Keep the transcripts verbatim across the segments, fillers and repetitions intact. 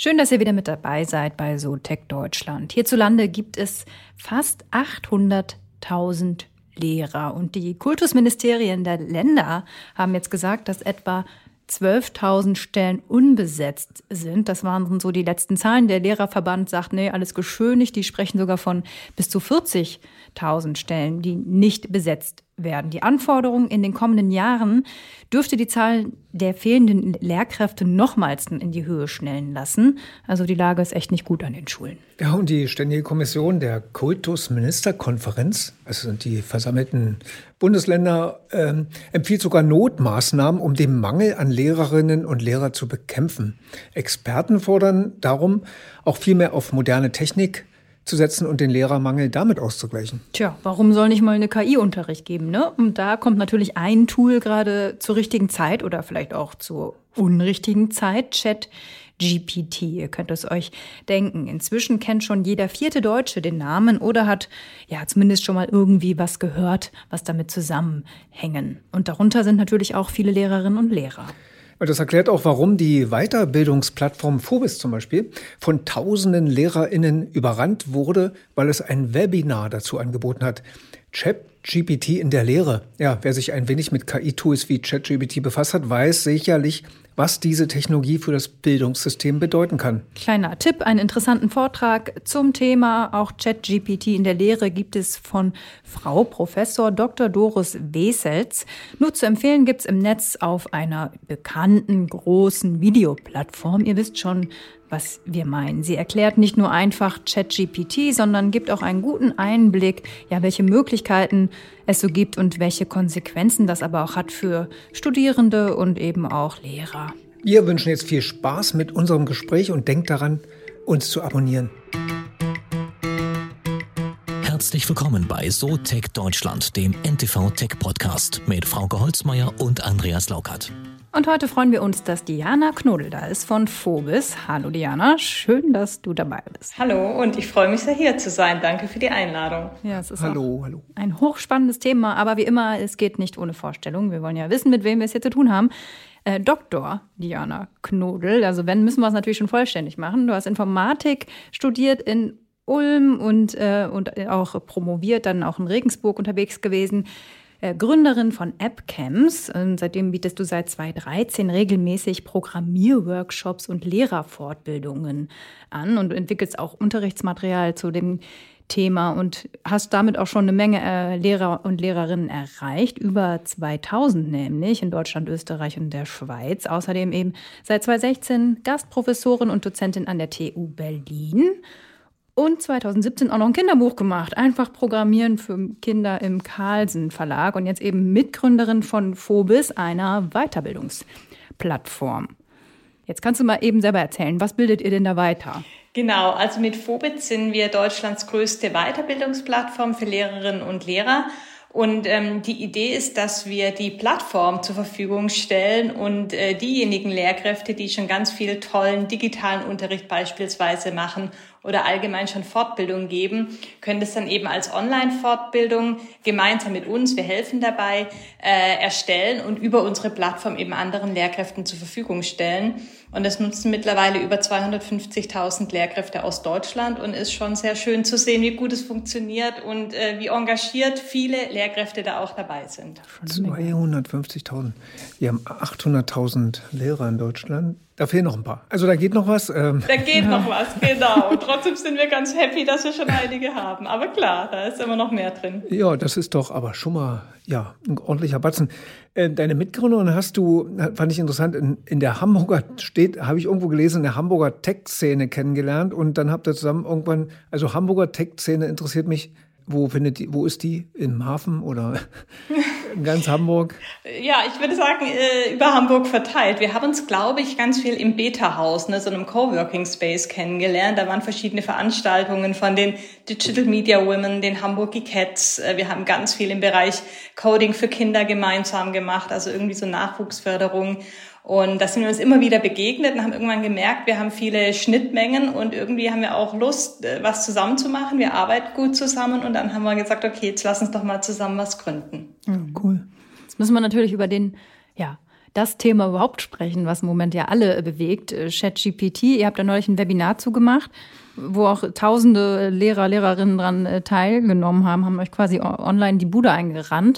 Schön, dass ihr wieder mit dabei seid bei SoTech Deutschland. Hierzulande gibt es fast achthunderttausend Lehrer und die Kultusministerien der Länder haben jetzt gesagt, dass etwa zwölftausend Stellen unbesetzt sind. Das waren so die letzten Zahlen. Der Lehrerverband sagt, nee, alles geschönigt. Die sprechen sogar von bis zu vierzigtausend Stellen, die nicht besetzt werden. Die Anforderungen in den kommenden Jahren dürfte die Zahl der fehlenden Lehrkräfte nochmals in die Höhe schnellen lassen. Also die Lage ist echt nicht gut an den Schulen. Ja, und die Ständige Kommission der Kultusministerkonferenz, also sind die versammelten Bundesländer, ähm, empfiehlt sogar Notmaßnahmen, um den Mangel an Lehrerinnen und Lehrern zu bekämpfen. Experten fordern darum, auch viel mehr auf moderne Technik zu setzen und den Lehrermangel damit auszugleichen. Tja, warum soll nicht mal eine K I-Unterricht geben, ne? Und da kommt natürlich ein Tool gerade zur richtigen Zeit oder vielleicht auch zur unrichtigen Zeit, ChatGPT. Ihr könnt es euch denken. Inzwischen kennt schon jeder vierte Deutsche den Namen oder hat ja zumindest schon mal irgendwie was gehört, was damit zusammenhängen. Und darunter sind natürlich auch viele Lehrerinnen und Lehrer. Das erklärt auch, warum die Weiterbildungsplattform Phobis zum Beispiel von tausenden LehrerInnen überrannt wurde, weil es ein Webinar dazu angeboten hat. ChatGPT in der Lehre. Ja, wer sich ein wenig mit K I-Tools wie ChatGPT befasst hat, weiß sicherlich, was diese Technologie für das Bildungssystem bedeuten kann. Kleiner Tipp, einen interessanten Vortrag zum Thema auch ChatGPT in der Lehre gibt es von Frau Professor Doktor Doris Wesels. Nur zu empfehlen gibt's im Netz auf einer bekannten großen Videoplattform. Ihr wisst schon, was wir meinen. Sie erklärt nicht nur einfach ChatGPT, sondern gibt auch einen guten Einblick, ja, welche Möglichkeiten es so gibt und welche Konsequenzen das aber auch hat für Studierende und eben auch Lehrer. Wir wünschen jetzt viel Spaß mit unserem Gespräch und denkt daran, uns zu abonnieren. Herzlich willkommen bei SoTech Deutschland, dem N T V Tech Podcast mit Frauke Holzmeier und Andreas Laukert. Und heute freuen wir uns, dass Diana Knodel da ist von Phobis. Hallo Diana, schön, dass du dabei bist. Hallo und ich freue mich sehr, hier zu sein. Danke für die Einladung. Ja, es ist hallo, hallo. Ein hochspannendes Thema, aber wie immer, es geht nicht ohne Vorstellung. Wir wollen ja wissen, mit wem wir es hier zu tun haben. Äh, Doktor Diana Knodel, also wenn, müssen wir es natürlich schon vollständig machen. Du hast Informatik studiert in Ulm und, äh, und auch promoviert, dann auch in Regensburg unterwegs gewesen. Gründerin von AppCamps. Seitdem bietest du seit zweitausenddreizehn regelmäßig Programmierworkshops und Lehrerfortbildungen an und entwickelst auch Unterrichtsmaterial zu dem Thema und hast damit auch schon eine Menge Lehrer und Lehrerinnen erreicht, über zweitausend nämlich in Deutschland, Österreich und der Schweiz. Außerdem eben seit zweitausendsechzehn Gastprofessorin und Dozentin an der T U Berlin. Und zweitausendsiebzehn auch noch ein Kinderbuch gemacht. Einfach Programmieren für Kinder im Carlsen Verlag. Und jetzt eben Mitgründerin von Phobis, einer Weiterbildungsplattform. Jetzt kannst du mal eben selber erzählen, was bildet ihr denn da weiter? Genau, also mit Phobis sind wir Deutschlands größte Weiterbildungsplattform für Lehrerinnen und Lehrer. Und ähm, die Idee ist, dass wir die Plattform zur Verfügung stellen und äh, diejenigen Lehrkräfte, die schon ganz viel tollen digitalen Unterricht beispielsweise machen oder allgemein schon Fortbildung geben, können das dann eben als Online-Fortbildung gemeinsam mit uns, wir helfen dabei, äh, erstellen und über unsere Plattform eben anderen Lehrkräften zur Verfügung stellen. Und das nutzen mittlerweile über zweihundertfünfzigtausend Lehrkräfte aus Deutschland und ist schon sehr schön zu sehen, wie gut es funktioniert und äh, wie engagiert viele Lehrkräfte da auch dabei sind. zweihundertfünfzigtausend. Wir haben achthunderttausend Lehrer in Deutschland. Da fehlen noch ein paar. Also da geht noch was. Ähm. Da geht noch was, genau. Und trotzdem sind wir ganz happy, dass wir schon einige haben. Aber klar, da ist immer noch mehr drin. Ja, das ist doch aber schon mal ja, ein ordentlicher Batzen. Äh, deine Mitgründerin hast du, fand ich interessant, in, in der Hamburger, steht, habe ich irgendwo gelesen, in der Hamburger Tech-Szene kennengelernt. Und dann habt ihr zusammen irgendwann, also Hamburger Tech-Szene interessiert mich. Wo findet die, wo ist die? Im Hafen oder in ganz Hamburg? Ja, ich würde sagen, äh, über Hamburg verteilt. Wir haben uns, glaube ich, ganz viel im Beta-Haus, ne, so einem Coworking Space kennengelernt. Da waren verschiedene Veranstaltungen von den Digital Media Women, den Hamburg Cats. Wir haben ganz viel im Bereich Coding für Kinder gemeinsam gemacht, also irgendwie so Nachwuchsförderung. Und da sind wir uns immer wieder begegnet und haben irgendwann gemerkt, wir haben viele Schnittmengen und irgendwie haben wir auch Lust, was zusammen zu machen. Wir arbeiten gut zusammen und dann haben wir gesagt, okay, jetzt lass uns doch mal zusammen was gründen. Ja, cool. Jetzt müssen wir natürlich über den, ja, das Thema überhaupt sprechen, was im Moment ja alle bewegt, ChatGPT. Ihr habt da neulich ein Webinar zugemacht, wo auch tausende Lehrer, Lehrerinnen dran teilgenommen haben, haben euch quasi online die Bude eingerannt.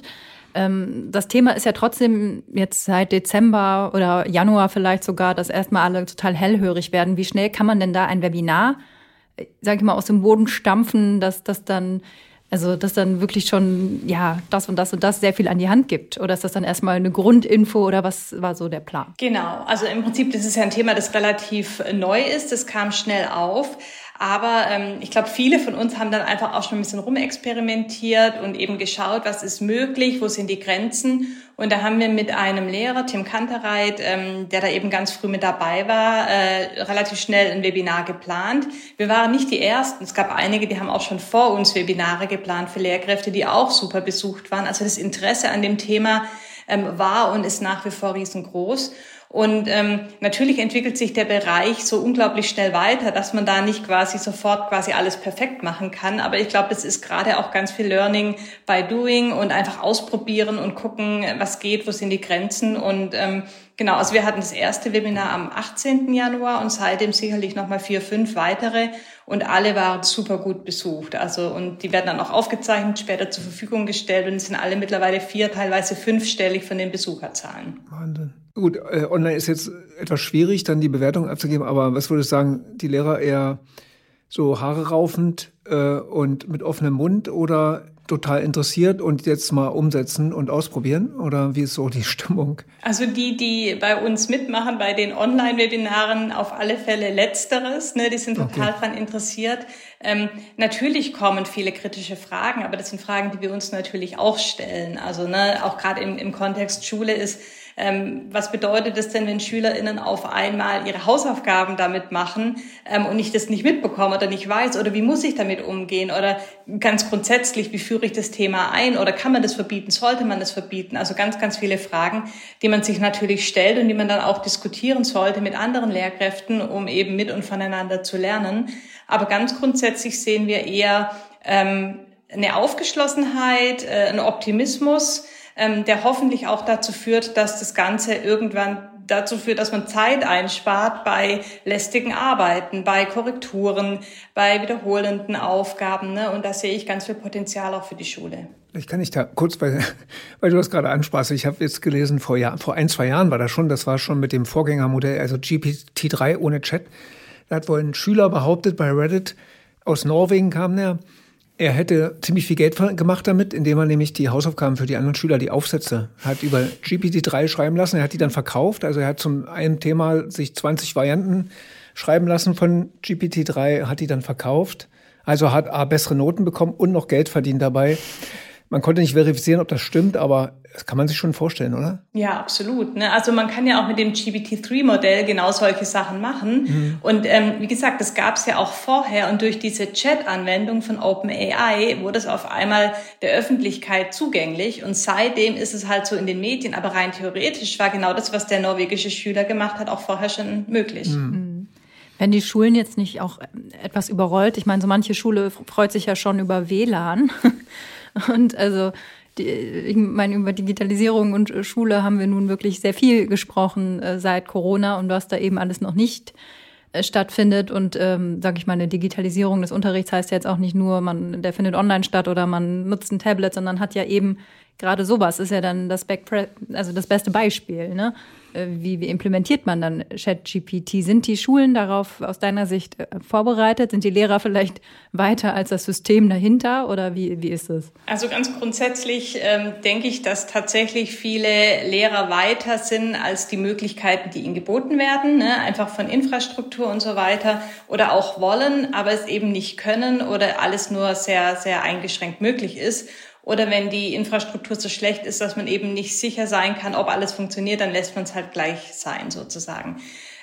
Das Thema ist ja trotzdem jetzt seit Dezember oder Januar vielleicht sogar, dass erstmal alle total hellhörig werden. Wie schnell kann man denn da ein Webinar, sag ich mal, aus dem Boden stampfen, dass das dann, also dass dann wirklich schon, ja, das und das und das sehr viel an die Hand gibt? Oder ist das dann erstmal eine Grundinfo oder was war so der Plan? Genau, also im Prinzip, das ist ja ein Thema, das relativ neu ist, das kam schnell auf. Aber ähm, ich glaube, viele von uns haben dann einfach auch schon ein bisschen rumexperimentiert und eben geschaut, was ist möglich, wo sind die Grenzen. Und da haben wir mit einem Lehrer, Tim Kantereit, ähm, der da eben ganz früh mit dabei war, äh, relativ schnell ein Webinar geplant. Wir waren nicht die Ersten. Es gab einige, die haben auch schon vor uns Webinare geplant für Lehrkräfte, die auch super besucht waren. Also das Interesse an dem Thema ähm, war und ist nach wie vor riesengroß. Und ähm, natürlich entwickelt sich der Bereich so unglaublich schnell weiter, dass man da nicht quasi sofort quasi alles perfekt machen kann. Aber ich glaube, das ist gerade auch ganz viel Learning by doing und einfach ausprobieren und gucken, was geht, wo sind die Grenzen. Und ähm, genau, also wir hatten das erste Webinar am achtzehnten Januar und seitdem sicherlich nochmal vier, fünf weitere. Und alle waren super gut besucht. Also und die werden dann auch aufgezeichnet, später zur Verfügung gestellt und sind alle mittlerweile vier, teilweise fünfstellig von den Besucherzahlen. Wahnsinn. Gut, äh, online ist jetzt etwas schwierig, dann die Bewertung abzugeben, aber was würdest du sagen, die Lehrer eher so Haare raufend äh, und mit offenem Mund oder total interessiert und jetzt mal umsetzen und ausprobieren? Oder wie ist so die Stimmung? Also die, die bei uns mitmachen, bei den Online-Webinaren, auf alle Fälle Letzteres, ne, die sind total okay. Dran interessiert. Ähm, natürlich kommen viele kritische Fragen, aber das sind Fragen, die wir uns natürlich auch stellen. Also ne, auch gerade im, im Kontext Schule ist, Ähm, was bedeutet es denn, wenn SchülerInnen auf einmal ihre Hausaufgaben damit machen ähm, und ich das nicht mitbekomme oder nicht weiß? Oder wie muss ich damit umgehen? Oder ganz grundsätzlich, wie führe ich das Thema ein? Oder kann man das verbieten? Sollte man das verbieten? Also ganz, ganz viele Fragen, die man sich natürlich stellt und die man dann auch diskutieren sollte mit anderen Lehrkräften, um eben mit und voneinander zu lernen. Aber ganz grundsätzlich sehen wir eher ähm, eine Aufgeschlossenheit, äh, einen Optimismus, der hoffentlich auch dazu führt, dass das Ganze irgendwann dazu führt, dass man Zeit einspart bei lästigen Arbeiten, bei Korrekturen, bei wiederholenden Aufgaben. Ne? Und da sehe ich ganz viel Potenzial auch für die Schule. Ich kann nicht da kurz, weil, weil du das gerade ansprachst. Ich habe jetzt gelesen, vor, Jahr, vor ein, zwei Jahren war das schon, das war schon mit dem Vorgängermodell, also G P T drei ohne Chat. Da hat wohl ein Schüler behauptet bei Reddit, aus Norwegen kam der, er hätte ziemlich viel Geld gemacht damit, indem er nämlich die Hausaufgaben für die anderen Schüler, die Aufsätze, hat über G P T drei schreiben lassen. Er hat die dann verkauft. Also er hat zum einen Thema sich zwanzig Varianten schreiben lassen von G P T drei, hat die dann verkauft. Also hat A, bessere Noten bekommen und noch Geld verdient dabei. Man konnte nicht verifizieren, ob das stimmt, aber das kann man sich schon vorstellen, oder? Ja, absolut. Ne? Also man kann ja auch mit dem G P T drei Modell genau solche Sachen machen. Mhm. Und ähm, wie gesagt, das gab es ja auch vorher. Und durch diese Chat-Anwendung von OpenAI wurde es auf einmal der Öffentlichkeit zugänglich. Und seitdem ist es halt so in den Medien. Aber rein theoretisch war genau das, was der norwegische Schüler gemacht hat, auch vorher schon möglich. Mhm. Wenn die Schulen jetzt nicht auch etwas überrollt, ich meine, so manche Schule freut sich ja schon über W L A N. Und also, die, ich meine, über Digitalisierung und Schule haben wir nun wirklich sehr viel gesprochen äh, seit Corona und was da eben alles noch nicht äh, stattfindet. Und, ähm, sage ich mal, eine Digitalisierung des Unterrichts heißt ja jetzt auch nicht nur, man, der findet online statt oder man nutzt ein Tablet, sondern hat ja eben gerade sowas, ist ja dann das, Back- also das beste Beispiel, ne? Wie, wie implementiert man dann ChatGPT? Sind die Schulen darauf aus deiner Sicht vorbereitet? Sind die Lehrer vielleicht weiter als das System dahinter? Oder wie, wie ist es? Also ganz grundsätzlich ähm, denke ich, dass tatsächlich viele Lehrer weiter sind als die Möglichkeiten, die ihnen geboten werden, ne? Einfach von Infrastruktur und so weiter oder auch wollen, aber es eben nicht können oder alles nur sehr, sehr eingeschränkt möglich ist. Oder wenn die Infrastruktur so schlecht ist, dass man eben nicht sicher sein kann, ob alles funktioniert, dann lässt man es halt gleich sein sozusagen.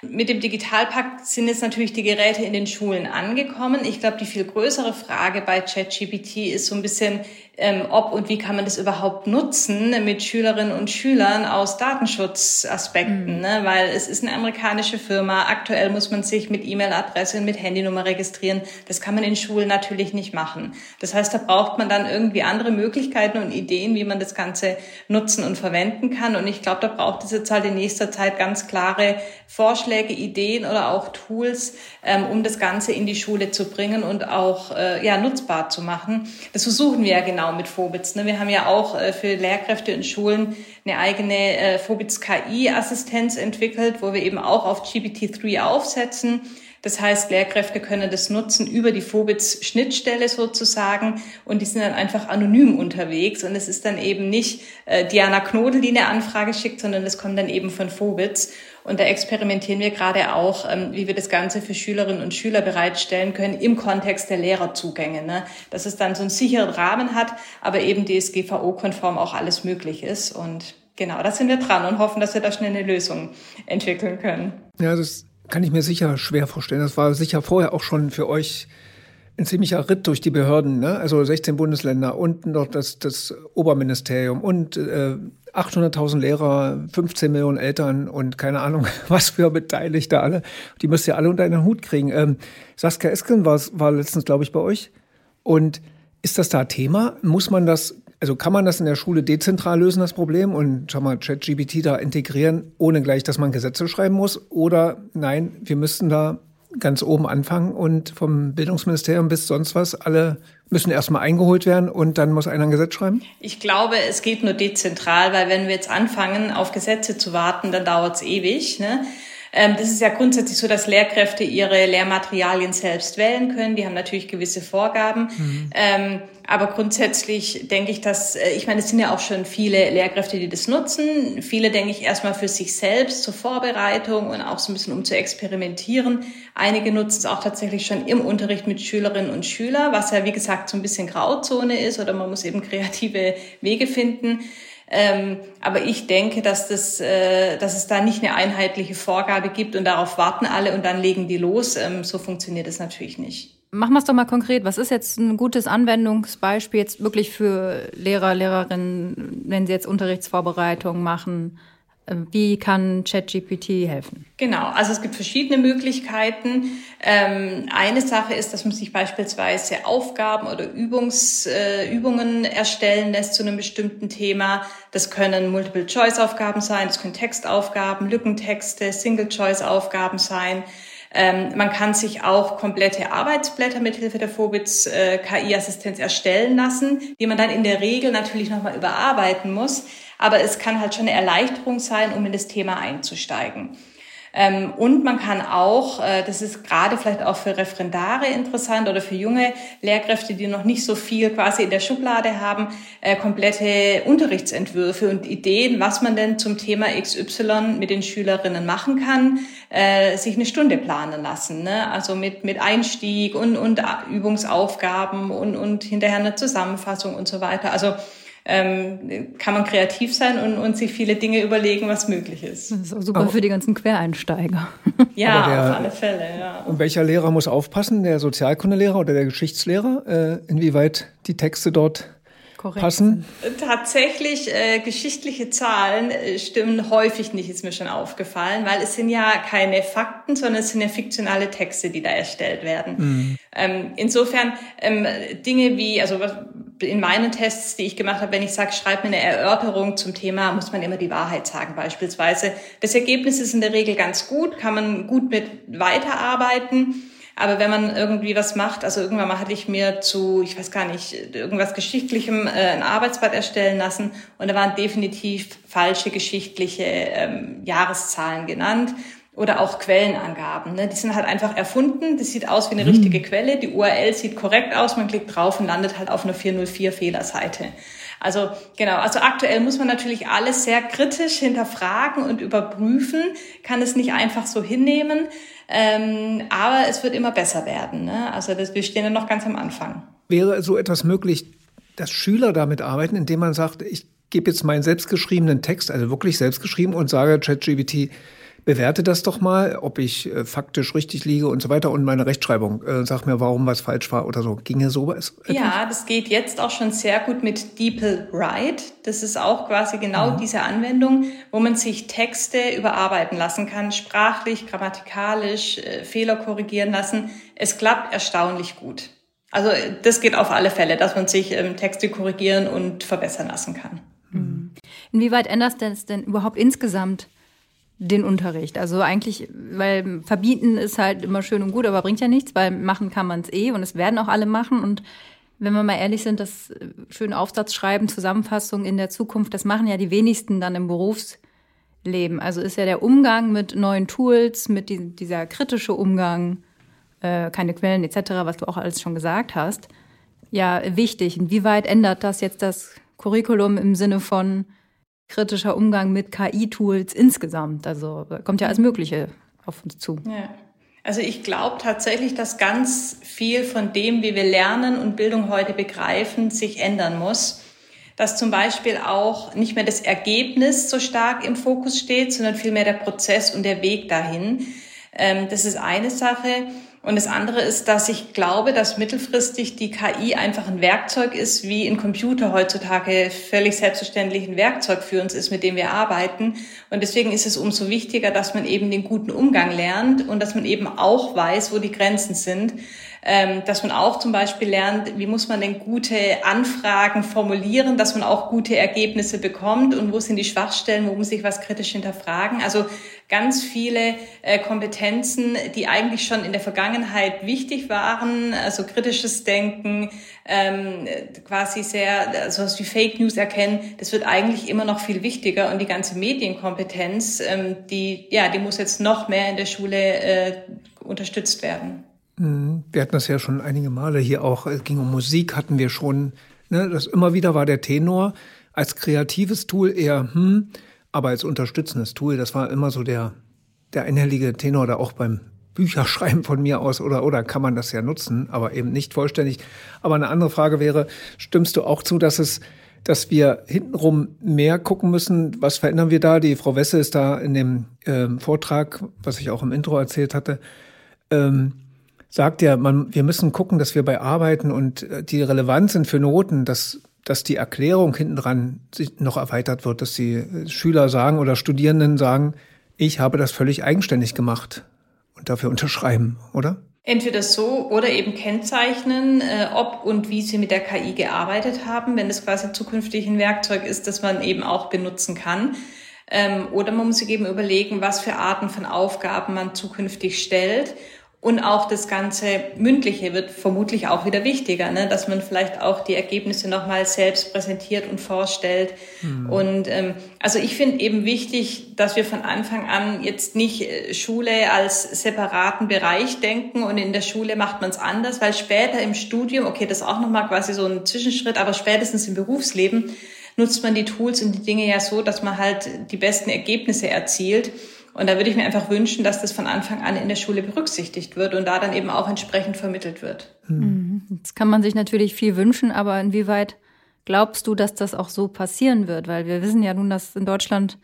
Mit dem Digitalpakt sind jetzt natürlich die Geräte in den Schulen angekommen. Ich glaube, die viel größere Frage bei ChatGPT ist so ein bisschen, ähm, ob und wie kann man das überhaupt nutzen mit Schülerinnen und Schülern aus Datenschutzaspekten, mhm. ne? Weil es ist eine amerikanische Firma. Aktuell muss man sich mit E-Mail-Adresse und mit Handynummer registrieren. Das kann man in Schulen natürlich nicht machen. Das heißt, da braucht man dann irgendwie andere Möglichkeiten und Ideen, wie man das Ganze nutzen und verwenden kann. Und ich glaube, da braucht es jetzt halt in nächster Zeit ganz klare Vorschläge, Ideen oder auch Tools, ähm, um das Ganze in die Schule zu bringen und auch äh, ja nutzbar zu machen. Das versuchen wir ja genau mit Phobitz. Ne? Wir haben ja auch äh, für Lehrkräfte in Schulen eine eigene äh, Phobitz K I-Assistenz entwickelt, wo wir eben auch auf G P T drei aufsetzen. Das heißt, Lehrkräfte können das nutzen über die Phobitz-Schnittstelle sozusagen und die sind dann einfach anonym unterwegs und es ist dann eben nicht äh, Diana Knodel, die eine Anfrage schickt, sondern das kommt dann eben von Phobitz. Und da experimentieren wir gerade auch, ähm, wie wir das Ganze für Schülerinnen und Schüler bereitstellen können im Kontext der Lehrerzugänge, ne? Dass es dann so einen sicheren Rahmen hat, aber eben D S G V O-konform auch alles möglich ist. Und genau, da sind wir dran und hoffen, dass wir da schnell eine Lösung entwickeln können. Ja, das kann ich mir sicher schwer vorstellen. Das war sicher vorher auch schon für euch ein ziemlicher Ritt durch die Behörden, ne? Also sechzehn Bundesländer und noch das, das Oberministerium und äh, achthunderttausend Lehrer, fünfzehn Millionen Eltern und keine Ahnung, was für Beteiligte alle. Die müsst ihr alle unter einen Hut kriegen. Ähm, Saskia Esken war, war letztens, glaube ich, bei euch. Und ist das da Thema? Muss man das, also kann man das in der Schule dezentral lösen, das Problem, und schau mal, ChatGPT da integrieren, ohne gleich, dass man Gesetze schreiben muss? Oder nein, wir müssten da ganz oben anfangen und vom Bildungsministerium bis sonst was, alle müssen erstmal eingeholt werden und dann muss einer ein Gesetz schreiben? Ich glaube, es geht nur dezentral, weil wenn wir jetzt anfangen, auf Gesetze zu warten, dann dauert es ewig, ne? Ähm, das ist ja grundsätzlich so, dass Lehrkräfte ihre Lehrmaterialien selbst wählen können. Die haben natürlich gewisse Vorgaben. Mhm. Ähm, aber grundsätzlich denke ich, dass, äh, ich meine, es sind ja auch schon viele Lehrkräfte, die das nutzen. Viele, denke ich, erstmal für sich selbst zur Vorbereitung und auch so ein bisschen um zu experimentieren. Einige nutzen es auch tatsächlich schon im Unterricht mit Schülerinnen und Schülern, was ja, wie gesagt, so ein bisschen Grauzone ist oder man muss eben kreative Wege finden. Ähm, aber ich denke, dass das, äh, dass es da nicht eine einheitliche Vorgabe gibt und darauf warten alle und dann legen die los. Ähm, so funktioniert es natürlich nicht. Machen wir es doch mal konkret. Was ist jetzt ein gutes Anwendungsbeispiel jetzt wirklich für Lehrer, Lehrerinnen, wenn sie jetzt Unterrichtsvorbereitungen machen? Wie kann ChatGPT helfen? Genau, also es gibt verschiedene Möglichkeiten. Ähm, eine Sache ist, dass man sich beispielsweise Aufgaben oder Übungs, äh, Übungen erstellen lässt zu einem bestimmten Thema. Das können Multiple-Choice-Aufgaben sein, das können Textaufgaben, Lückentexte, Single-Choice-Aufgaben sein. Ähm, man kann sich auch komplette Arbeitsblätter mithilfe der Phobitz äh, K I-Assistenz erstellen lassen, die man dann in der Regel natürlich nochmal überarbeiten muss. Aber es kann halt schon eine Erleichterung sein, um in das Thema einzusteigen. Ähm, und man kann auch, äh, das ist gerade vielleicht auch für Referendare interessant oder für junge Lehrkräfte, die noch nicht so viel quasi in der Schublade haben, äh, komplette Unterrichtsentwürfe und Ideen, was man denn zum Thema X Y mit den Schülerinnen machen kann, äh, sich eine Stunde planen lassen, ne? Also mit mit Einstieg und und Übungsaufgaben und und hinterher eine Zusammenfassung und so weiter. Also Ähm, kann man kreativ sein und, und sich viele Dinge überlegen, was möglich ist. Das ist auch super aber für die ganzen Quereinsteiger. Ja, der, auf alle Fälle. Ja. Und welcher Lehrer muss aufpassen? Der Sozialkundelehrer oder der Geschichtslehrer? Äh, inwieweit die Texte dort korrekt passen? Tatsächlich, äh, geschichtliche Zahlen äh, stimmen häufig nicht, ist mir schon aufgefallen, weil es sind ja keine Fakten, sondern es sind ja fiktionale Texte, die da erstellt werden. Mhm. Ähm, insofern ähm, Dinge wie, also was, in meinen Tests, die ich gemacht habe, wenn ich sage, schreib mir eine Erörterung zum Thema, muss man immer die Wahrheit sagen beispielsweise. Das Ergebnis ist in der Regel ganz gut, kann man gut mit weiterarbeiten. Aber wenn man irgendwie was macht, also irgendwann mal hatte ich mir zu, ich weiß gar nicht, irgendwas Geschichtlichem äh, ein Arbeitsblatt erstellen lassen und da waren definitiv falsche geschichtliche ähm, Jahreszahlen genannt. Oder auch Quellenangaben, ne? Die sind halt einfach erfunden. Das sieht aus wie eine richtige hm. Quelle. Die U R L sieht korrekt aus. Man klickt drauf und landet halt auf einer vier null vier Fehlerseite. Also genau. Also aktuell muss man natürlich alles sehr kritisch hinterfragen und überprüfen. Kann es nicht einfach so hinnehmen. Ähm, aber es wird immer besser werden, ne? Also das, wir stehen ja noch ganz am Anfang. Wäre so etwas möglich, dass Schüler damit arbeiten, indem man sagt, ich gebe jetzt meinen selbstgeschriebenen Text, also wirklich selbstgeschrieben, und sage ChatGPT, bewerte das doch mal, ob ich äh, faktisch richtig liege und so weiter und meine Rechtschreibung. Äh, sag mir, warum was falsch war oder so. Ginge sowas? Ja, das geht jetzt auch schon sehr gut mit DeepL-Write. Das ist auch quasi genau mhm. diese Anwendung, wo man sich Texte überarbeiten lassen kann, sprachlich, grammatikalisch, äh, Fehler korrigieren lassen. Es klappt erstaunlich gut. Also das geht auf alle Fälle, dass man sich ähm, Texte korrigieren und verbessern lassen kann. Mhm. Inwieweit ändert das denn überhaupt insgesamt den Unterricht? Also eigentlich, weil verbieten ist halt immer schön und gut, aber bringt ja nichts, weil machen kann man es eh und es werden auch alle machen. Und wenn wir mal ehrlich sind, das schöne Aufsatz schreiben, Zusammenfassung in der Zukunft, das machen ja die wenigsten dann im Berufsleben. Also ist ja der Umgang mit neuen Tools, mit die, dieser kritische Umgang, äh, keine Quellen et cetera, was du auch alles schon gesagt hast, ja wichtig. Inwieweit ändert das jetzt das Curriculum im Sinne von kritischer Umgang mit K I-Tools insgesamt? Also kommt ja alles Mögliche auf uns zu. Ja. Also ich glaube tatsächlich, dass ganz viel von dem, wie wir lernen und Bildung heute begreifen, sich ändern muss. Dass zum Beispiel auch nicht mehr das Ergebnis so stark im Fokus steht, sondern vielmehr der Prozess und der Weg dahin. Das ist eine Sache. Und das andere ist, dass ich glaube, dass mittelfristig die K I einfach ein Werkzeug ist, wie ein Computer heutzutage völlig selbstverständlich ein Werkzeug für uns ist, mit dem wir arbeiten. Und deswegen ist es umso wichtiger, dass man eben den guten Umgang lernt und dass man eben auch weiß, wo die Grenzen sind. Ähm, dass man auch zum Beispiel lernt, wie muss man denn gute Anfragen formulieren, dass man auch gute Ergebnisse bekommt und wo sind die Schwachstellen, wo muss ich was kritisch hinterfragen. Also ganz viele äh, Kompetenzen, die eigentlich schon in der Vergangenheit wichtig waren, also kritisches Denken, ähm, quasi sehr, also was wie Fake News erkennen, das wird eigentlich immer noch viel wichtiger und die ganze Medienkompetenz, ähm, die, ja, die muss jetzt noch mehr in der Schule äh, unterstützt werden. Wir hatten das ja schon einige Male hier auch, es ging um Musik, hatten wir schon, ne, das immer wieder war der Tenor als kreatives Tool eher, hm, aber als unterstützendes Tool, das war immer so der, der einhellige Tenor da auch beim Bücherschreiben von mir aus, oder, oder kann man das ja nutzen, aber eben nicht vollständig. Aber eine andere Frage wäre, stimmst du auch zu, dass es, dass wir hintenrum mehr gucken müssen, was verändern wir da? Die Frau Wesse ist da in dem ähm, Vortrag, was ich auch im Intro erzählt hatte, ähm, sagt ja, man, wir müssen gucken, dass wir bei Arbeiten und die relevant sind für Noten, dass, dass die Erklärung hinten dran noch erweitert wird, dass die Schüler sagen oder Studierenden sagen, ich habe das völlig eigenständig gemacht und dafür unterschreiben, oder? Entweder so oder eben kennzeichnen, äh, ob und wie sie mit der K I gearbeitet haben, wenn es quasi zukünftig ein Werkzeug ist, das man eben auch benutzen kann. Ähm, oder man muss sich eben überlegen, was für Arten von Aufgaben man zukünftig stellt. Und auch das ganze Mündliche wird vermutlich auch wieder wichtiger, ne? Dass man vielleicht auch die Ergebnisse nochmal selbst präsentiert und vorstellt. Mhm. Und ähm, also ich finde eben wichtig, dass wir von Anfang an jetzt nicht Schule als separaten Bereich denken und in der Schule macht man es anders, weil später im Studium, okay, das ist auch nochmal quasi so ein Zwischenschritt, aber spätestens im Berufsleben nutzt man die Tools und die Dinge ja so, dass man halt die besten Ergebnisse erzielt. Und da würde ich mir einfach wünschen, dass das von Anfang an in der Schule berücksichtigt wird und da dann eben auch entsprechend vermittelt wird. Jetzt kann man sich natürlich viel wünschen, aber inwieweit glaubst du, dass das auch so passieren wird? Weil wir wissen ja nun, dass in Deutschland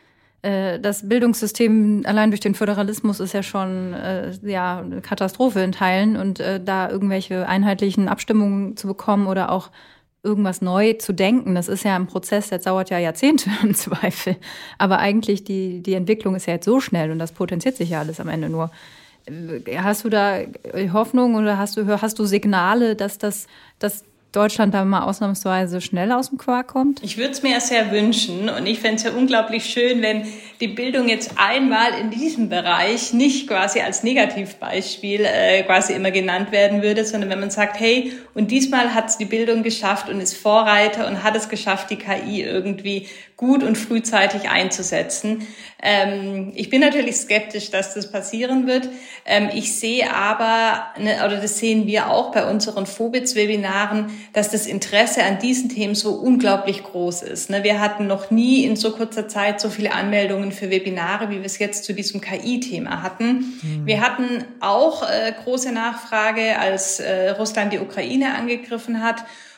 äh, das Bildungssystem allein durch den Föderalismus ist ja schon äh, ja, eine Katastrophe in Teilen. Und äh, da irgendwelche einheitlichen Abstimmungen zu bekommen oder auch irgendwas neu zu denken, das ist ja ein Prozess, der dauert ja Jahrzehnte im Zweifel. Aber eigentlich die, die Entwicklung ist ja jetzt so schnell und das potenziert sich ja alles am Ende nur. Hast du da Hoffnung oder hast du, hast du Signale, dass das, dass Deutschland da mal ausnahmsweise schnell aus dem Quark kommt? Ich würde es mir sehr wünschen und ich fände es ja unglaublich schön, wenn die Bildung jetzt einmal in diesem Bereich nicht quasi als Negativbeispiel äh, quasi immer genannt werden würde, sondern wenn man sagt, hey, und diesmal hat es die Bildung geschafft und ist Vorreiter und hat es geschafft, die K I irgendwie gut und frühzeitig einzusetzen. Ähm, ich bin natürlich skeptisch, dass das passieren wird. Ähm, ich sehe aber, ne, oder das sehen wir auch bei unseren Fobitz-Webinaren, dass das Interesse an diesen Themen so unglaublich groß ist. Ne, wir hatten noch nie in so kurzer Zeit so viele Anmeldungen für Webinare, wie wir es jetzt zu diesem K I-Thema hatten. Mhm. Wir hatten auch äh, große Nachfrage, als äh, Russland die Ukraine angegriffen hat.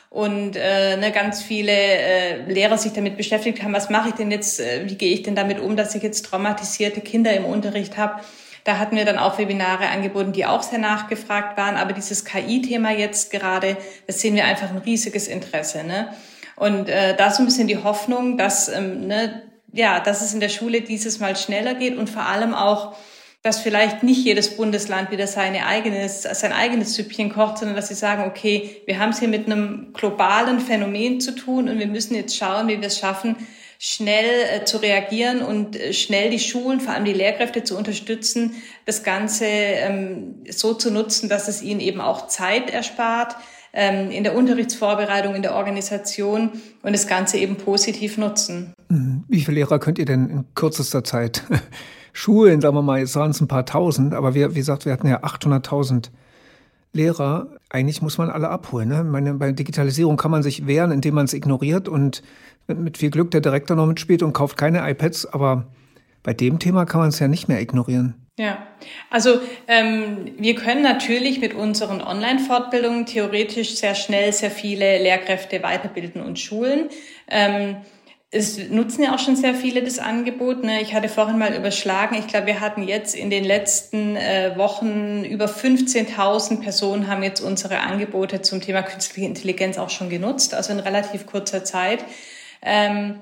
und äh, ne, ganz viele äh, Lehrer sich damit beschäftigt haben, was mache ich denn jetzt, äh, wie gehe ich denn damit um, dass ich jetzt traumatisierte Kinder im Unterricht habe. Da hatten wir dann auch Webinare angeboten, die auch sehr nachgefragt waren. Aber dieses K I-Thema jetzt gerade, das sehen wir einfach ein riesiges Interesse. Ne? Und äh, da ist so ein bisschen die Hoffnung, dass, ähm, ne, ja, dass es in der Schule dieses Mal schneller geht und vor allem auch, dass vielleicht nicht jedes Bundesland wieder seine eigenes, sein eigenes Süppchen kocht, sondern dass sie sagen, okay, wir haben es hier mit einem globalen Phänomen zu tun und wir müssen jetzt schauen, wie wir es schaffen, schnell äh, zu reagieren und äh, schnell die Schulen, vor allem die Lehrkräfte zu unterstützen, das Ganze ähm, so zu nutzen, dass es ihnen eben auch Zeit erspart, ähm, in der Unterrichtsvorbereitung, in der Organisation und das Ganze eben positiv nutzen. Wie viele Lehrer könnt ihr denn in kürzester Zeit schulen? Sagen wir mal, jetzt waren es ein paar tausend, aber wir, wie gesagt, wir hatten ja achthunderttausend Lehrer. Eigentlich muss man alle abholen. Ne? Meine, bei Digitalisierung kann man sich wehren, indem man es ignoriert und mit viel Glück der Direktor noch mitspielt und kauft keine iPads, aber bei dem Thema kann man es ja nicht mehr ignorieren. Ja, also ähm, wir können natürlich mit unseren Online-Fortbildungen theoretisch sehr schnell sehr viele Lehrkräfte weiterbilden und schulen. Ähm, es nutzen ja auch schon sehr viele das Angebot. Ne? Ich hatte vorhin mal überschlagen, ich glaube, wir hatten jetzt in den letzten äh, Wochen über fünfzehntausend Personen haben jetzt unsere Angebote zum Thema künstliche Intelligenz auch schon genutzt, also in relativ kurzer Zeit. Ähm,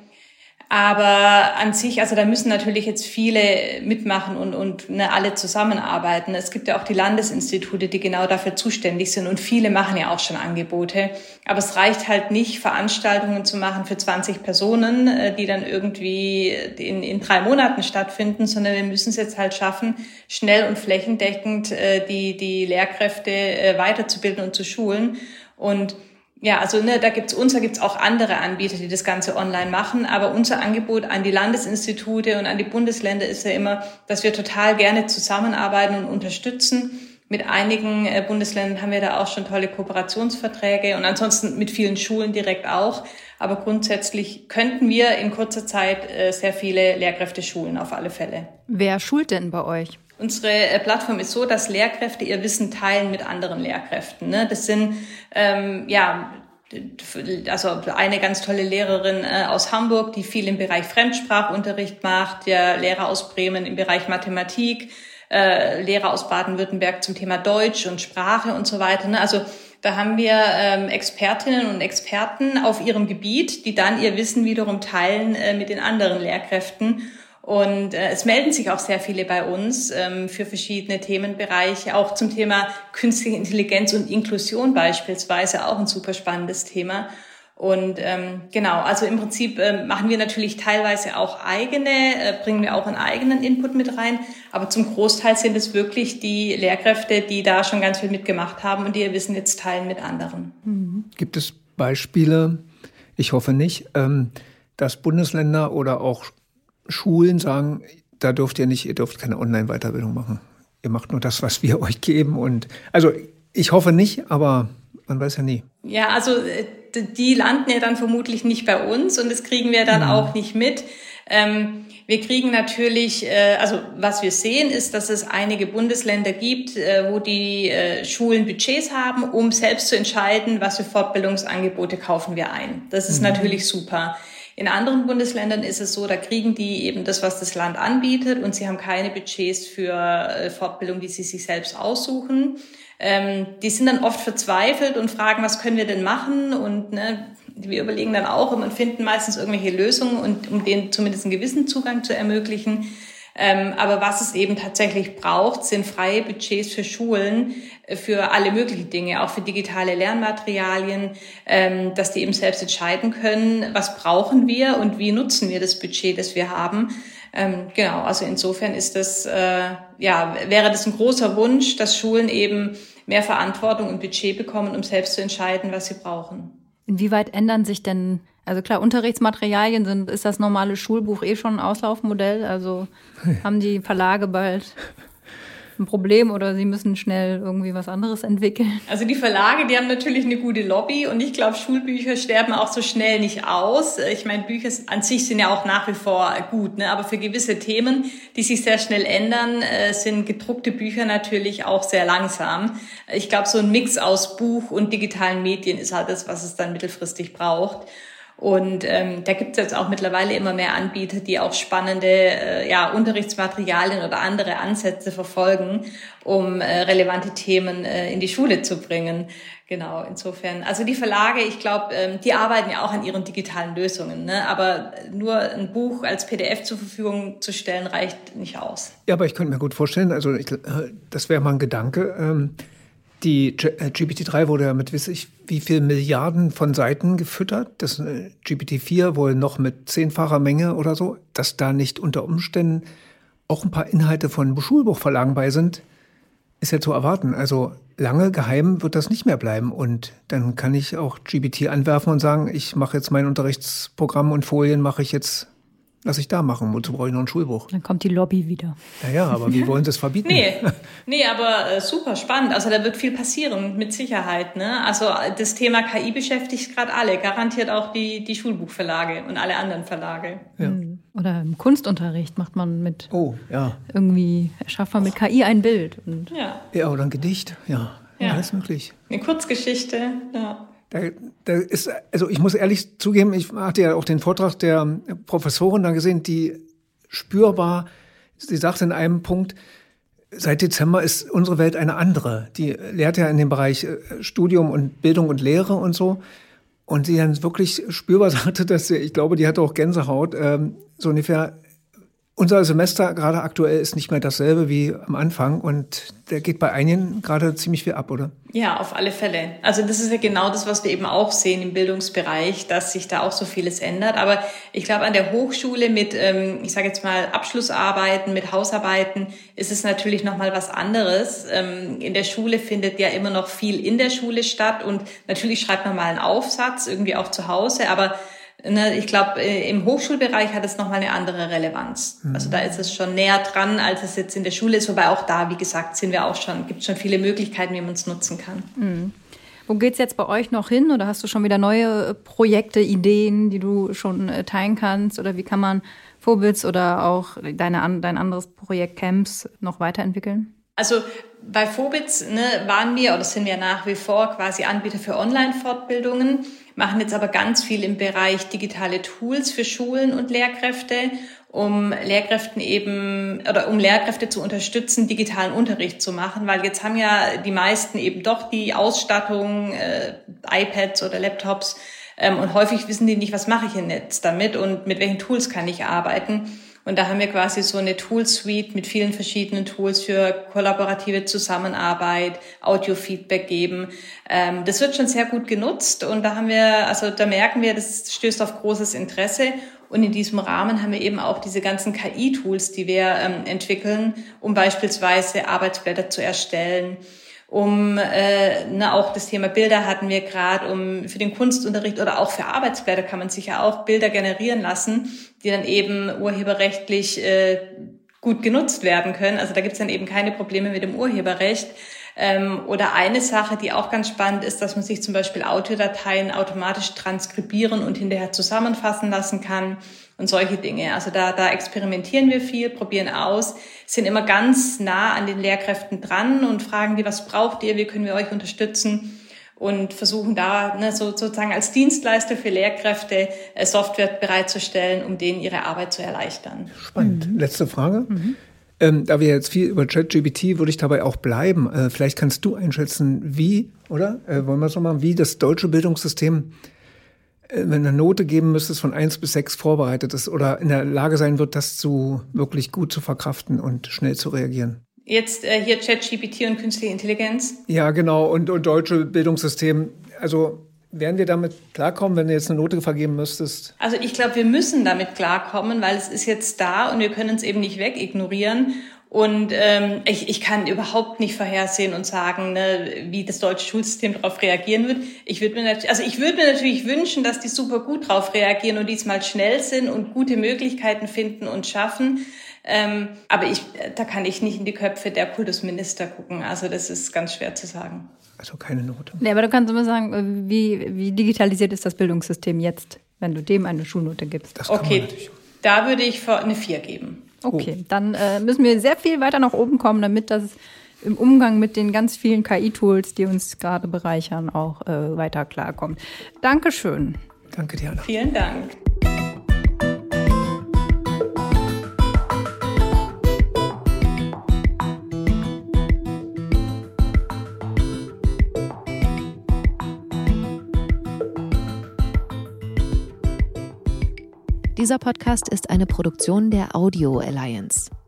aber an sich, also da müssen natürlich jetzt viele mitmachen und, und ne, alle zusammenarbeiten. Es gibt ja auch die Landesinstitute, die genau dafür zuständig sind und viele machen ja auch schon Angebote. Aber es reicht halt nicht, Veranstaltungen zu machen für zwanzig Personen, die dann irgendwie in, in drei Monaten stattfinden, sondern wir müssen es jetzt halt schaffen, schnell und flächendeckend die, die Lehrkräfte weiterzubilden und zu schulen. Und ja, also ne, da gibt's uns, da gibt's auch andere Anbieter, die das Ganze online machen. Aber unser Angebot an die Landesinstitute und an die Bundesländer ist ja immer, dass wir total gerne zusammenarbeiten und unterstützen. Mit einigen äh, Bundesländern haben wir da auch schon tolle Kooperationsverträge und ansonsten mit vielen Schulen direkt auch. Aber grundsätzlich könnten wir in kurzer Zeit äh, sehr viele Lehrkräfte schulen, auf alle Fälle. Wer schult denn bei euch? Unsere äh, Plattform ist so, dass Lehrkräfte ihr Wissen teilen mit anderen Lehrkräften. Ne? Das sind, ähm, ja, also eine ganz tolle Lehrerin äh, aus Hamburg, die viel im Bereich Fremdsprachunterricht macht, der Lehrer aus Bremen im Bereich Mathematik, äh, Lehrer aus Baden-Württemberg zum Thema Deutsch und Sprache und so weiter. Ne? Also da haben wir ähm, Expertinnen und Experten auf ihrem Gebiet, die dann ihr Wissen wiederum teilen äh, mit den anderen Lehrkräften. Und äh, es melden sich auch sehr viele bei uns ähm, für verschiedene Themenbereiche, auch zum Thema künstliche Intelligenz und Inklusion beispielsweise, auch ein super spannendes Thema. Und ähm, genau, also im Prinzip äh, machen wir natürlich teilweise auch eigene, äh, bringen wir auch einen eigenen Input mit rein, aber zum Großteil sind es wirklich die Lehrkräfte, die da schon ganz viel mitgemacht haben und die ihr Wissen jetzt teilen mit anderen. Mhm. Gibt es Beispiele, ich hoffe nicht, ähm, dass Bundesländer oder auch Schulen sagen, da dürft ihr nicht, ihr dürft keine Online-Weiterbildung machen. Ihr macht nur das, was wir euch geben. Und also ich hoffe nicht, aber man weiß ja nie. Ja, also die landen ja dann vermutlich nicht bei uns und das kriegen wir dann mhm. auch nicht mit. Ähm, wir kriegen natürlich, äh, also was wir sehen, ist, dass es einige Bundesländer gibt, äh, wo die äh, Schulen Budgets haben, um selbst zu entscheiden, was für Fortbildungsangebote kaufen wir ein. Das ist mhm. natürlich super. In anderen Bundesländern ist es so, da kriegen die eben das, was das Land anbietet und sie haben keine Budgets für äh, Fortbildung, die sie sich selbst aussuchen. Ähm, die sind dann oft verzweifelt und fragen, was können wir denn machen? Und ne, wir überlegen dann auch und finden meistens irgendwelche Lösungen, und, um denen zumindest einen gewissen Zugang zu ermöglichen. Ähm, aber was es eben tatsächlich braucht, sind freie Budgets für Schulen, für alle möglichen Dinge, auch für digitale Lernmaterialien, ähm, dass die eben selbst entscheiden können, was brauchen wir und wie nutzen wir das Budget, das wir haben. Ähm, genau, also insofern ist das, äh, ja, wäre das ein großer Wunsch, dass Schulen eben mehr Verantwortung und Budget bekommen, um selbst zu entscheiden, was sie brauchen. Inwieweit ändern sich denn, also klar, Unterrichtsmaterialien sind, ist das normale Schulbuch eh schon ein Auslaufmodell? Also haben die Verlage bald ein Problem oder sie müssen schnell irgendwie was anderes entwickeln? Also die Verlage, die haben natürlich eine gute Lobby und ich glaube, Schulbücher sterben auch so schnell nicht aus. Ich meine, Bücher an sich sind ja auch nach wie vor gut, ne? Aber für gewisse Themen, die sich sehr schnell ändern, sind gedruckte Bücher natürlich auch sehr langsam. Ich glaube, so ein Mix aus Buch und digitalen Medien ist halt das, was es dann mittelfristig braucht. Und ähm, da gibt es jetzt auch mittlerweile immer mehr Anbieter, die auch spannende äh, ja, Unterrichtsmaterialien oder andere Ansätze verfolgen, um äh, relevante Themen äh, in die Schule zu bringen. Genau, insofern. Also die Verlage, ich glaube, ähm, die arbeiten ja auch an ihren digitalen Lösungen, ne? Aber nur ein Buch als P D F zur Verfügung zu stellen, reicht nicht aus. Ja, aber ich könnte mir gut vorstellen, also ich, das wäre mal ein Gedanke. Ähm Die G P T drei wurde ja mit weiß ich wie viel Milliarden von Seiten gefüttert. Das G P T vier wohl noch mit zehnfacher Menge oder so. Dass da nicht unter Umständen auch ein paar Inhalte von Schulbuchverlagen bei sind, ist ja zu erwarten. Also lange geheim wird das nicht mehr bleiben. Und dann kann ich auch G P T anwerfen und sagen, ich mache jetzt mein Unterrichtsprogramm und Folien mache ich jetzt, lass ich da machen. Wozu brauche ich noch ein Schulbuch? Dann kommt die Lobby wieder. Naja, aber wie wollen sie es verbieten? Nee, nee, aber äh, super spannend. Also da wird viel passieren, mit Sicherheit. Ne? Also das Thema K I beschäftigt gerade alle. Garantiert auch die, die Schulbuchverlage und alle anderen Verlage. Ja. Oder im Kunstunterricht macht man mit, oh, ja. irgendwie schafft man mit K I ein Bild. Und ja. ja, oder ein Gedicht. Ja, ja. Alles möglich. Eine Kurzgeschichte, ja. Da, da ist, also ich muss ehrlich zugeben, ich hatte ja auch den Vortrag der Professorin da gesehen, die spürbar, sie sagte in einem Punkt, seit Dezember ist unsere Welt eine andere. Die lehrt ja in dem Bereich Studium und Bildung und Lehre und so. Und sie dann wirklich spürbar sagte, dass sie, ich glaube, die hatte auch Gänsehaut, ähm, so ungefähr, unser Semester gerade aktuell ist nicht mehr dasselbe wie am Anfang und da geht bei einigen gerade ziemlich viel ab, oder? Ja, auf alle Fälle. Also das ist ja genau das, was wir eben auch sehen im Bildungsbereich, dass sich da auch so vieles ändert. Aber ich glaube, an der Hochschule mit, ähm, ich sage jetzt mal, Abschlussarbeiten, mit Hausarbeiten ist es natürlich nochmal was anderes. Ähm, in der Schule findet ja immer noch viel in der Schule statt und natürlich schreibt man mal einen Aufsatz, irgendwie auch zu Hause, aber ich glaube, im Hochschulbereich hat es nochmal eine andere Relevanz. Mhm. Also da ist es schon näher dran, als es jetzt in der Schule ist. Wobei auch da, wie gesagt, sind wir auch schon, gibt es schon viele Möglichkeiten, wie man es nutzen kann. Mhm. Wo geht's jetzt bei euch noch hin? Oder hast du schon wieder neue Projekte, Ideen, die du schon teilen kannst? Oder wie kann man Phobits oder auch deine, dein anderes Projekt Camps noch weiterentwickeln? Also bei Phobits ne, waren wir oder sind wir nach wie vor quasi Anbieter für Online-Fortbildungen, machen jetzt aber ganz viel im Bereich digitale Tools für Schulen und Lehrkräfte, um Lehrkräften eben oder um Lehrkräfte zu unterstützen, digitalen Unterricht zu machen, weil jetzt haben ja die meisten eben doch die Ausstattung, äh, iPads oder Laptops ähm, und häufig wissen die nicht, was mache ich im Netz damit und mit welchen Tools kann ich arbeiten. Und da haben wir quasi so eine Tool-Suite mit vielen verschiedenen Tools für kollaborative Zusammenarbeit, Audio-Feedback geben. Ähm, das wird schon sehr gut genutzt und da haben wir, also da merken wir, das stößt auf großes Interesse. Und in diesem Rahmen haben wir eben auch diese ganzen K I-Tools, die wir ähm, entwickeln, um beispielsweise Arbeitsblätter zu erstellen. Um äh, na, auch das Thema Bilder hatten wir gerade, um für den Kunstunterricht oder auch für Arbeitsblätter kann man sich ja auch Bilder generieren lassen, die dann eben urheberrechtlich äh, gut genutzt werden können. Also da gibt's dann eben keine Probleme mit dem Urheberrecht. Ähm, oder eine Sache, die auch ganz spannend ist, dass man sich zum Beispiel Audiodateien automatisch transkribieren und hinterher zusammenfassen lassen kann und solche Dinge. Also da, da experimentieren wir viel, probieren aus, sind immer ganz nah an den Lehrkräften dran und fragen die, was braucht ihr, wie können wir euch unterstützen und versuchen da ne, so, sozusagen als Dienstleister für Lehrkräfte äh, Software bereitzustellen, um denen ihre Arbeit zu erleichtern. Spannend. Mhm. Letzte Frage. Mhm. Ähm, da wir jetzt viel über ChatGPT, würde ich dabei auch bleiben. Äh, vielleicht kannst du einschätzen, wie, oder? Äh, wollen wir es nochmal, wie das deutsche Bildungssystem, äh, wenn eine Note geben müsstest, von eins bis sechs vorbereitet ist oder in der Lage sein wird, das zu wirklich gut zu verkraften und schnell zu reagieren. Jetzt äh, hier ChatGPT und künstliche Intelligenz? Ja, genau. Und, und deutsche Bildungssystem, also werden wir damit klarkommen, wenn du jetzt eine Note vergeben müsstest? Also ich glaube, wir müssen damit klarkommen, weil es ist jetzt da und wir können es eben nicht wegignorieren. Und ähm, ich, ich kann überhaupt nicht vorhersehen und sagen, ne, wie das deutsche Schulsystem darauf reagieren wird. Ich würde mir natürlich, also ich würde mir natürlich wünschen, dass die super gut darauf reagieren und diesmal schnell sind und gute Möglichkeiten finden und schaffen. Ähm, aber ich, da kann ich nicht in die Köpfe der Kultusminister gucken. Also das ist ganz schwer zu sagen. Also keine Note. Nee, aber du kannst immer sagen, wie, wie digitalisiert ist das Bildungssystem jetzt, wenn du dem eine Schulnote gibst? Das kann okay, man natürlich. Da würde ich eine vier geben. Okay, oh. dann äh, müssen wir sehr viel weiter nach oben kommen, damit das im Umgang mit den ganz vielen K I-Tools, die uns gerade bereichern, auch äh, weiter klarkommt. Dankeschön. Danke, Diana. Vielen Dank. Dieser Podcast ist eine Produktion der Audio Alliance.